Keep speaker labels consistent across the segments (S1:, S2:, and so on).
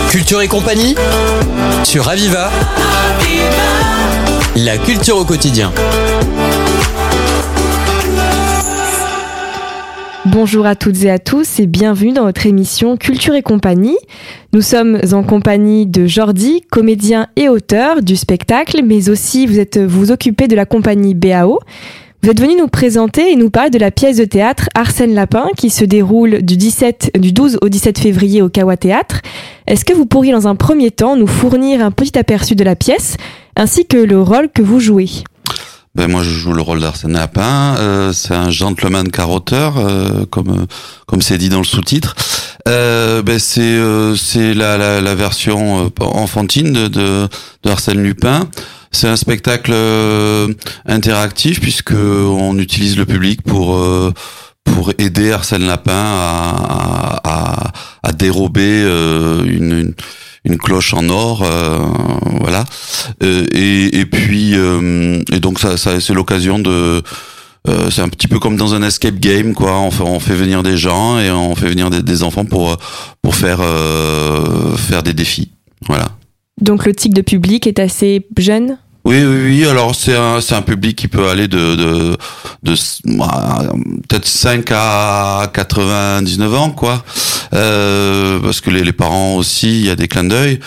S1: Culture et compagnie sur Aviva. La culture au quotidien.
S2: Bonjour à toutes et à tous et bienvenue dans votre émission Culture et compagnie. Nous sommes en compagnie de Jordi, comédien et auteur du spectacle, mais aussi vous occupez de la compagnie BAO. Vous êtes venu nous présenter et nous parler de la pièce de théâtre Arsène Lapin qui se déroule du 12 au 17 février au Kawa Théâtre. Est-ce que vous pourriez dans un premier temps nous fournir un petit aperçu de la pièce ainsi que le rôle que vous jouez ?
S3: Moi, je joue le rôle d'Arsène Lapin. C'est un gentleman carotteur, comme c'est dit dans le sous-titre. C'est la version enfantine de Arsène Lupin. C'est un spectacle interactif puisque on utilise le public pour aider Arsène Lapin à dérober une cloche en or, voilà. Et puis donc ça c'est l'occasion de c'est un petit peu comme dans un escape game, quoi. On fait venir des gens et on fait venir des enfants pour faire des défis, voilà.
S2: Donc le type de public est assez jeune ?
S3: Oui. Alors c'est un public qui peut aller de peut-être 5 à 99 ans, quoi. Parce que les parents aussi, il y a des clins d'œil.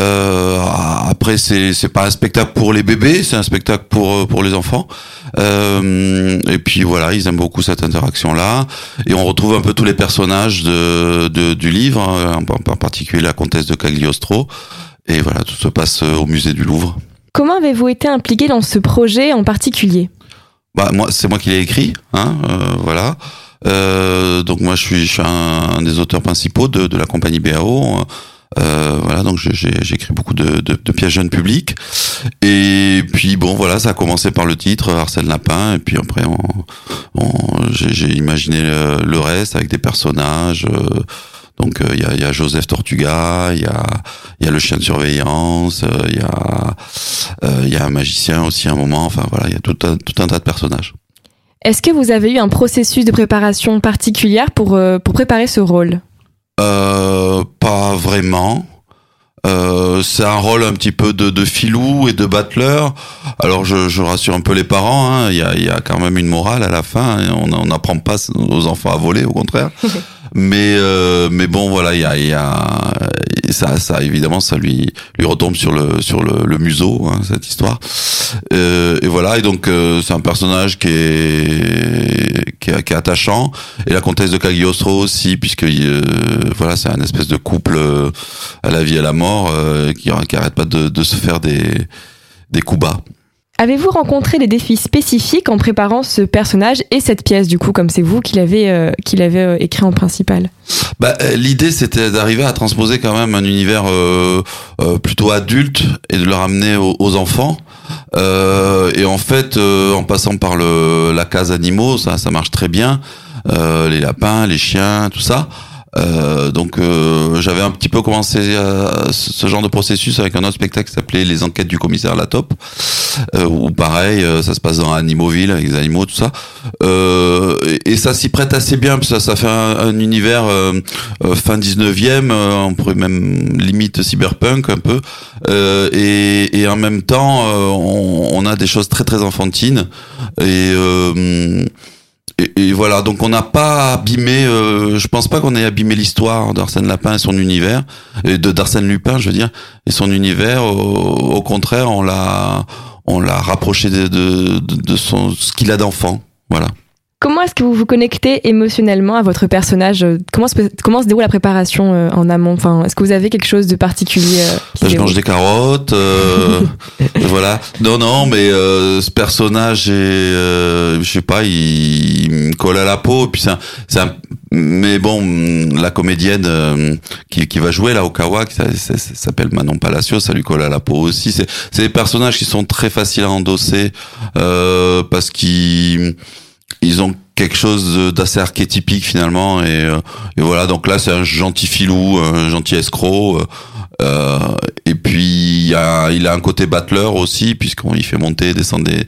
S3: Après c'est pas un spectacle pour les bébés, c'est un spectacle pour les enfants. Et puis voilà, ils aiment beaucoup cette interaction-là. Et on retrouve un peu tous les personnages du livre, en particulier la comtesse de Cagliostro. Et voilà, tout se passe au musée du Louvre.
S2: Comment avez-vous été impliqué dans ce projet en particulier ?
S3: C'est moi qui l'ai écrit, voilà. Donc moi je suis un des auteurs principaux de la compagnie BAO. Voilà, donc j'ai écrit beaucoup de pièces jeunes publics. Et puis bon, voilà, ça a commencé par le titre Arsène Lapin, et puis après j'ai imaginé le reste avec des personnages. Donc il y a Joseph Tortuga, il y a le chien de surveillance, il y a un magicien aussi à un moment. Enfin voilà, il y a tout un tas de personnages.
S2: Est-ce que vous avez eu un processus de préparation particulière pour préparer ce rôle ?
S3: Pas vraiment. C'est un rôle un petit peu de filou et de battleur. Alors je rassure un peu les parents, il y a quand même une morale à la fin. On n'apprend pas aux enfants à voler, au contraire. Mais bon, voilà, il y a ça évidemment ça lui retombe sur le museau, cette histoire. Et voilà, et donc c'est un personnage qui est attachant, et la comtesse de Cagliostro aussi, puisque voilà, c'est un espèce de couple à la vie et à la mort qui arrête pas de se faire des coups bas.
S2: Avez-vous rencontré des défis spécifiques en préparant ce personnage et cette pièce, du coup, comme c'est vous qui l'avez écrit en principal ?
S3: L'idée, c'était d'arriver à transposer quand même un univers plutôt adulte et de le ramener aux enfants. Et en fait, en passant par la case animaux, ça marche très bien. Les lapins, les chiens, tout ça. Donc j'avais un petit peu commencé ce genre de processus avec un autre spectacle qui s'appelait Les Enquêtes du commissaire Latop, où pareil, ça se passe dans Animoville avec les animaux, tout ça, et ça s'y prête assez bien, parce que ça fait un univers fin 19e, on pourrait même limite cyberpunk un peu, et en même temps on a des choses très très enfantines, et voilà, donc on n'a pas abîmé, je pense pas qu'on ait abîmé l'histoire d'Arsène Lapin et son univers, et d'Arsène Lupin, je veux dire, et son univers. Au contraire, on l'a rapproché de ce qu'il a d'enfant, voilà.
S2: Comment est-ce que vous vous connectez émotionnellement à votre personnage ? Comment se déroule la préparation en amont ? Enfin, est-ce que vous avez quelque chose de particulier
S3: Je mange des carottes, voilà. Non, mais ce personnage je sais pas, il me colle à la peau. Et puis mais bon, la comédienne qui va jouer là au Kawa, qui s'appelle Manon Palacio, ça lui colle à la peau aussi. C'est des personnages qui sont très faciles à endosser parce qu'ils ont quelque chose d'assez archétypique finalement, et voilà, donc là c'est un gentil filou, un gentil escroc, et puis il a un côté battleur aussi, puisqu'il fait monter et descendre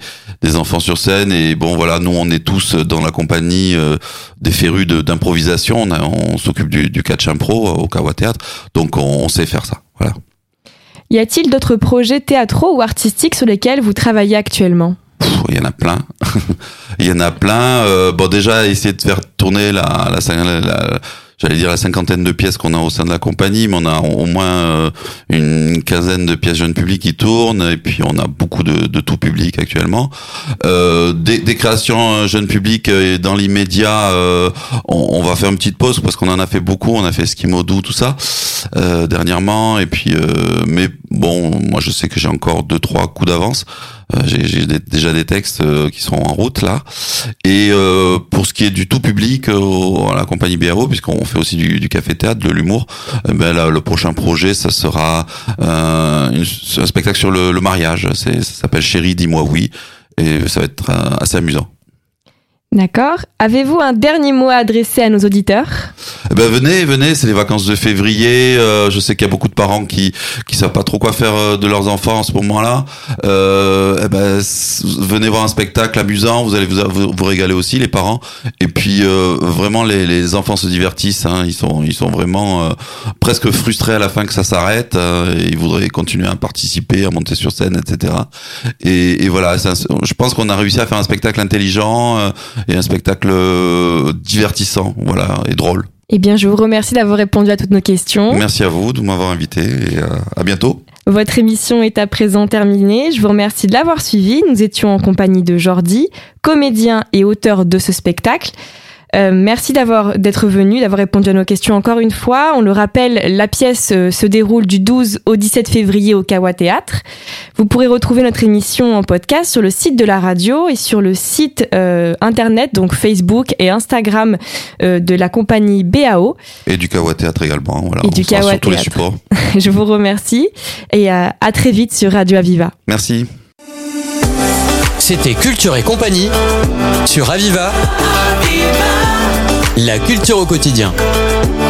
S3: des enfants sur scène. Et bon, voilà, nous, on est tous dans la compagnie des férus d'improvisation. On s'occupe du catch impro au Kawa Théâtre, donc on sait faire ça. Voilà.
S2: Y a-t-il d'autres projets théâtraux ou artistiques sur lesquels vous travaillez actuellement ?
S3: Il y en a plein. Il y en a plein. Bon, déjà, essayer de faire tourner la cinquantaine de pièces qu'on a au sein de la compagnie, mais on a au moins une quinzaine de pièces jeunes publics qui tournent, et puis on a beaucoup de tout public actuellement. Des créations jeunes publics dans l'immédiat, on va faire une petite pause parce qu'on en a fait beaucoup. On a fait Skimodou, tout ça dernièrement, et puis mais bon, moi je sais que j'ai encore 2-3 coups d'avance. J'ai déjà des textes qui sont en route là. Et pour ce qui est du tout public à la compagnie BAO, puisqu'on fait aussi du café-théâtre, de l'humour, ben là, le prochain projet, ça sera un spectacle sur le mariage. Ça s'appelle Chérie, dis-moi oui, et ça va être assez amusant.
S2: D'accord. Avez-vous un dernier mot à adresser à nos auditeurs ?
S3: Eh ben venez, c'est les vacances de février. Je sais qu'il y a beaucoup de parents qui savent pas trop quoi faire de leurs enfants en ce moment-là. Venez voir un spectacle amusant, vous allez vous régaler aussi, les parents. Et puis vraiment les enfants se divertissent. Hein. Ils sont vraiment presque frustrés à la fin que ça s'arrête. Et ils voudraient continuer à participer, à monter sur scène, etc. Et voilà, je pense qu'on a réussi à faire un spectacle intelligent. Et un spectacle divertissant, voilà, et drôle.
S2: Eh bien, je vous remercie d'avoir répondu à toutes nos questions.
S3: Merci à vous de m'avoir invité, et à bientôt.
S2: Votre émission est à présent terminée. Je vous remercie de l'avoir suivie. Nous étions en compagnie de Jordi, comédien et auteur de ce spectacle. Merci d'être venu, d'avoir répondu à nos questions encore une fois. On le rappelle, la pièce se déroule du 12 au 17 février au Kawa Théâtre. Vous pourrez retrouver notre émission en podcast sur le site de la radio et sur le site internet, donc Facebook et Instagram de la compagnie BAO.
S3: Et du Kawa Théâtre également. Voilà,
S2: et du Kawa
S3: sur tous les
S2: Théâtre.
S3: supports.
S2: Je vous remercie et à très vite sur Radio Aviva.
S3: Merci.
S1: C'était Culture et compagnie sur Aviva. La culture au quotidien.